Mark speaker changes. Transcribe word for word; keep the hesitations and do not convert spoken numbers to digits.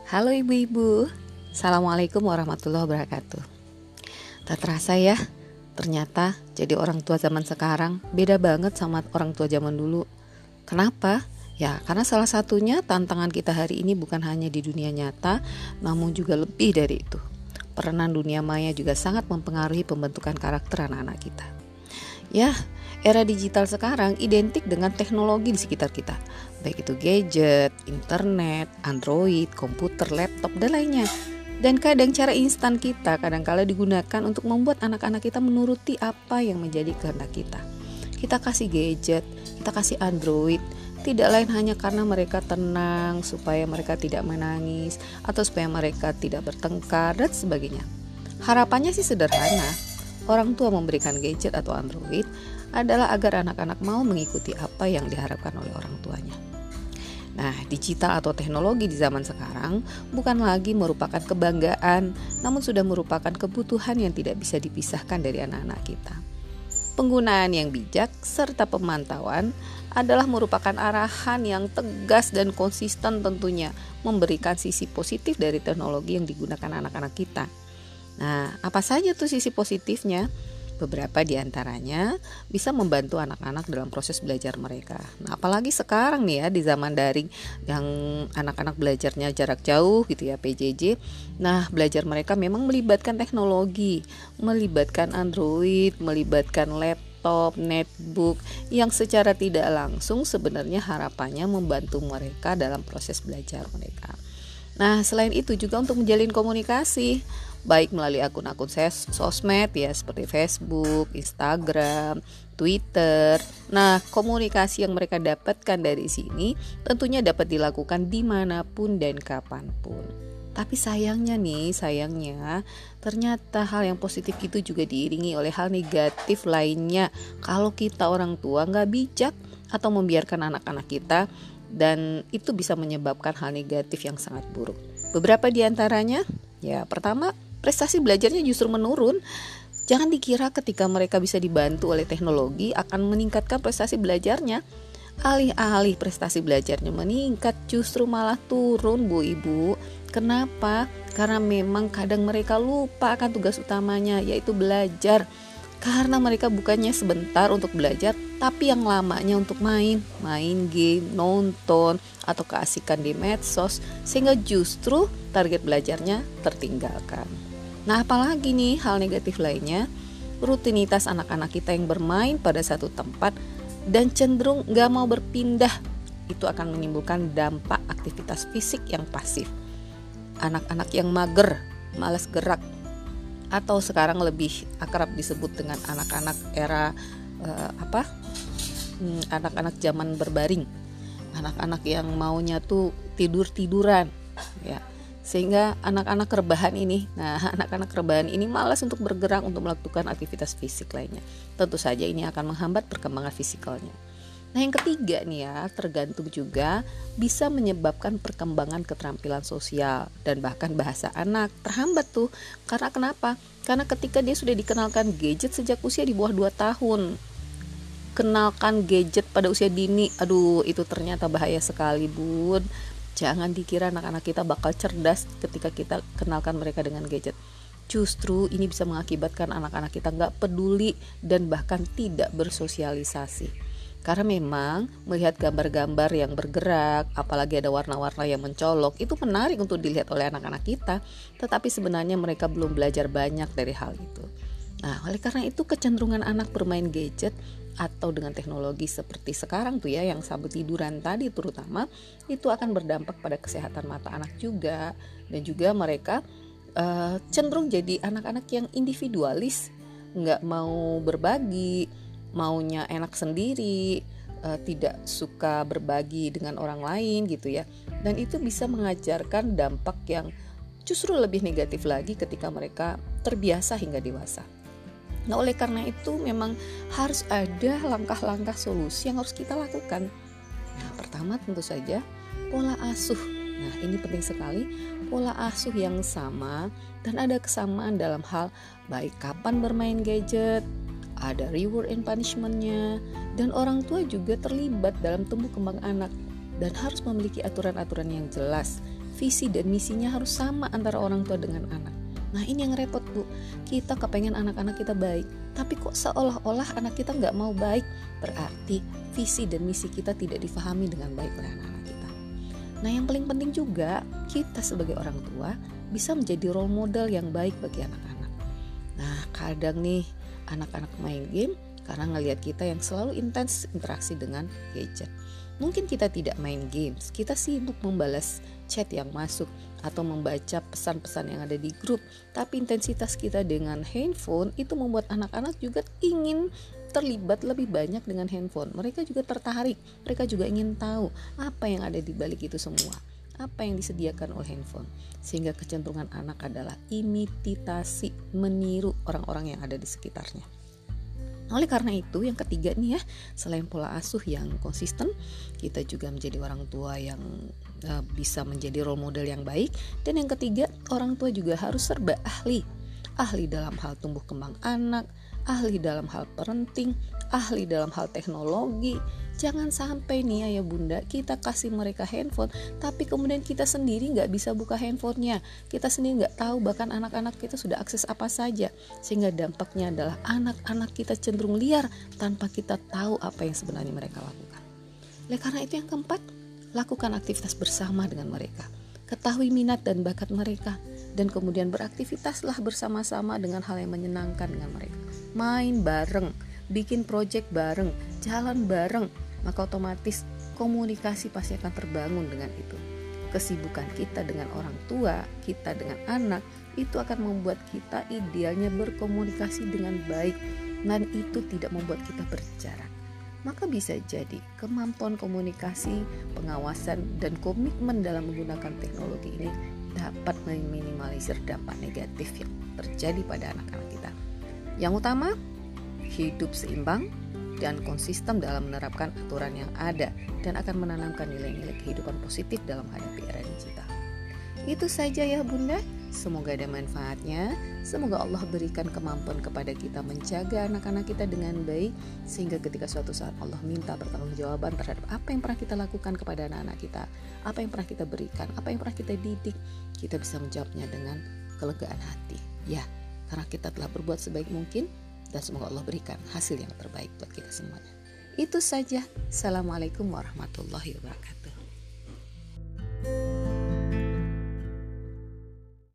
Speaker 1: Halo ibu-ibu, Assalamualaikum warahmatullahi wabarakatuh. Tak terasa ya, ternyata jadi orang tua zaman sekarang beda banget sama orang tua zaman dulu. Kenapa? Ya karena salah satunya tantangan kita hari ini bukan hanya di dunia nyata, namun juga lebih dari itu. Peranan dunia maya juga sangat mempengaruhi pembentukan karakter anak-anak kita. Ya, era digital sekarang identik dengan teknologi di sekitar kita, baik itu gadget, internet, android, komputer, laptop, dan lainnya. Dan kadang cara instan kita kadangkala digunakan untuk membuat anak-anak kita menuruti apa yang menjadi kehendak kita. Kita kasih gadget, kita kasih android, tidak lain hanya karena mereka tenang, supaya mereka tidak menangis, atau supaya mereka tidak bertengkar, dan sebagainya. Harapannya sih sederhana. Orang tua memberikan gadget atau android adalah agar anak-anak mau mengikuti apa yang diharapkan oleh orang tuanya. Nah, digital atau teknologi di zaman sekarang bukan lagi merupakan kebanggaan, namun sudah merupakan kebutuhan yang tidak bisa dipisahkan dari anak-anak kita. Penggunaan yang bijak serta pemantauan adalah merupakan arahan yang tegas dan konsisten, tentunya memberikan sisi positif dari teknologi yang digunakan anak-anak kita. Nah, apa saja tuh sisi positifnya? Beberapa di antaranya bisa membantu anak-anak dalam proses belajar mereka. Nah, apalagi sekarang nih ya di zaman daring yang anak-anak belajarnya jarak jauh gitu ya, P J J. Nah, belajar mereka memang melibatkan teknologi, melibatkan Android, melibatkan laptop, netbook yang secara tidak langsung sebenarnya harapannya membantu mereka dalam proses belajar mereka. Nah, selain itu juga untuk menjalin komunikasi, baik melalui akun-akun ses- sosmed ya seperti Facebook, Instagram, Twitter. Nah, komunikasi yang mereka dapatkan dari sini tentunya dapat dilakukan dimanapun dan kapanpun. Tapi sayangnya nih, sayangnya ternyata hal yang positif itu juga diiringi oleh hal negatif lainnya kalau kita orang tua nggak bijak atau membiarkan anak-anak kita, dan itu bisa menyebabkan hal negatif yang sangat buruk. Beberapa di antaranya, ya pertama, prestasi belajarnya justru menurun. Jangan dikira ketika mereka bisa dibantu oleh teknologi akan meningkatkan prestasi belajarnya. Alih-alih prestasi belajarnya meningkat, justru malah turun, Bu Ibu. Kenapa? Karena memang kadang mereka lupa akan tugas utamanya, yaitu belajar. Karena mereka bukannya sebentar untuk belajar, tapi yang lamanya untuk main, main game, nonton, atau keasikan di medsos, sehingga justru target belajarnya tertinggalkan. Nah, apalagi nih hal negatif lainnya, rutinitas anak-anak kita yang bermain pada satu tempat dan cenderung gak mau berpindah, itu akan menimbulkan dampak aktivitas fisik yang pasif. Anak-anak yang mager, malas gerak, atau sekarang lebih akrab disebut dengan anak-anak era uh, apa hmm, anak-anak zaman berbaring, anak-anak yang maunya tuh tidur-tiduran ya, sehingga anak-anak rebahan ini nah anak-anak rebahan ini malas untuk bergerak untuk melakukan aktivitas fisik lainnya. Tentu saja ini akan menghambat perkembangan fisikalnya. Nah, yang ketiga nih ya, tergantung juga bisa menyebabkan perkembangan keterampilan sosial dan bahkan bahasa anak terhambat tuh. Karena kenapa? Karena ketika dia sudah dikenalkan gadget sejak usia di bawah dua tahun. Kenalkan gadget pada usia dini, aduh itu ternyata bahaya sekali, Bun. Jangan dikira anak-anak kita bakal cerdas ketika kita kenalkan mereka dengan gadget. Justru ini bisa mengakibatkan anak-anak kita gak peduli dan bahkan tidak bersosialisasi. Karena memang melihat gambar-gambar yang bergerak, apalagi ada warna-warna yang mencolok, itu menarik untuk dilihat oleh anak-anak kita. Tetapi sebenarnya mereka belum belajar banyak dari hal itu. Nah, oleh karena itu kecenderungan anak bermain gadget atau dengan teknologi seperti sekarang tuh ya, yang sambil tiduran tadi terutama, itu akan berdampak pada kesehatan mata anak juga. Dan juga mereka uh, cenderung jadi anak-anak yang individualis, nggak mau berbagi, maunya enak sendiri, uh, tidak suka berbagi dengan orang lain gitu ya. Dan itu bisa mengajarkan dampak yang justru lebih negatif lagi ketika mereka terbiasa hingga dewasa. Nah, oleh karena itu memang harus ada langkah-langkah solusi yang harus kita lakukan. Nah, pertama tentu saja pola asuh. Nah, ini penting sekali, pola asuh yang sama dan ada kesamaan dalam hal baik kapan bermain gadget, ada reward and punishment-nya, dan orang tua juga terlibat dalam tumbuh kembang anak dan harus memiliki aturan-aturan yang jelas, visi dan misinya harus sama antara orang tua dengan anak. Nah ini yang repot Bu, kita kepengen anak-anak kita baik, tapi kok seolah-olah anak kita nggak mau baik, berarti visi dan misi kita tidak difahami dengan baik oleh anak-anak kita. Nah yang paling penting juga, kita sebagai orang tua bisa menjadi role model yang baik bagi anak-anak. Nah kadang nih anak-anak main game karena ngelihat kita yang selalu intens interaksi dengan gadget. Mungkin kita tidak main games, kita sibuk membalas chat yang masuk atau membaca pesan-pesan yang ada di grup. Tapi intensitas kita dengan handphone itu membuat anak-anak juga ingin terlibat lebih banyak dengan handphone. Mereka juga tertarik, mereka juga ingin tahu apa yang ada di balik itu semua, apa yang disediakan oleh handphone. Sehingga kecenderungan anak adalah imitasi, meniru orang-orang yang ada di sekitarnya. Oleh karena itu yang ketiga nih ya, selain pola asuh yang konsisten, kita juga menjadi orang tua yang uh, bisa menjadi role model yang baik. Dan yang ketiga, orang tua juga harus serba ahli. Ahli dalam hal tumbuh kembang anak, ahli dalam hal parenting, ahli dalam hal teknologi. Jangan sampai nih ayah bunda kita kasih mereka handphone, tapi kemudian kita sendiri gak bisa buka handphonenya. Kita sendiri gak tahu bahkan anak-anak kita sudah akses apa saja. Sehingga dampaknya adalah anak-anak kita cenderung liar tanpa kita tahu apa yang sebenarnya mereka lakukan. Oleh karena itu yang keempat, lakukan aktivitas bersama dengan mereka. Ketahui minat dan bakat mereka. Dan kemudian beraktivitaslah bersama-sama dengan hal yang menyenangkan dengan mereka. Main bareng, bikin project bareng, jalan bareng. Maka otomatis komunikasi pasti akan terbangun dengan itu. Kesibukan kita dengan orang tua, kita dengan anak, itu akan membuat kita idealnya berkomunikasi dengan baik, dan itu tidak membuat kita berjarak. Maka bisa jadi kemampuan komunikasi, pengawasan, dan komitmen dalam menggunakan teknologi ini dapat meminimalisir dampak negatif yang terjadi pada anak-anak kita. Yang utama, hidup seimbang dan konsisten dalam menerapkan aturan yang ada dan akan menanamkan nilai-nilai kehidupan positif dalam menghadapi era digital. Itu saja ya bunda, semoga ada manfaatnya. Semoga Allah berikan kemampuan kepada kita menjaga anak-anak kita dengan baik, sehingga ketika suatu saat Allah minta pertanggungjawaban terhadap apa yang pernah kita lakukan kepada anak-anak kita, apa yang pernah kita berikan, apa yang pernah kita didik, kita bisa menjawabnya dengan kelegaan hati. Ya, karena kita telah berbuat sebaik mungkin, dan semoga Allah berikan hasil yang terbaik buat kita semuanya. Itu saja. Assalamualaikum warahmatullahi wabarakatuh.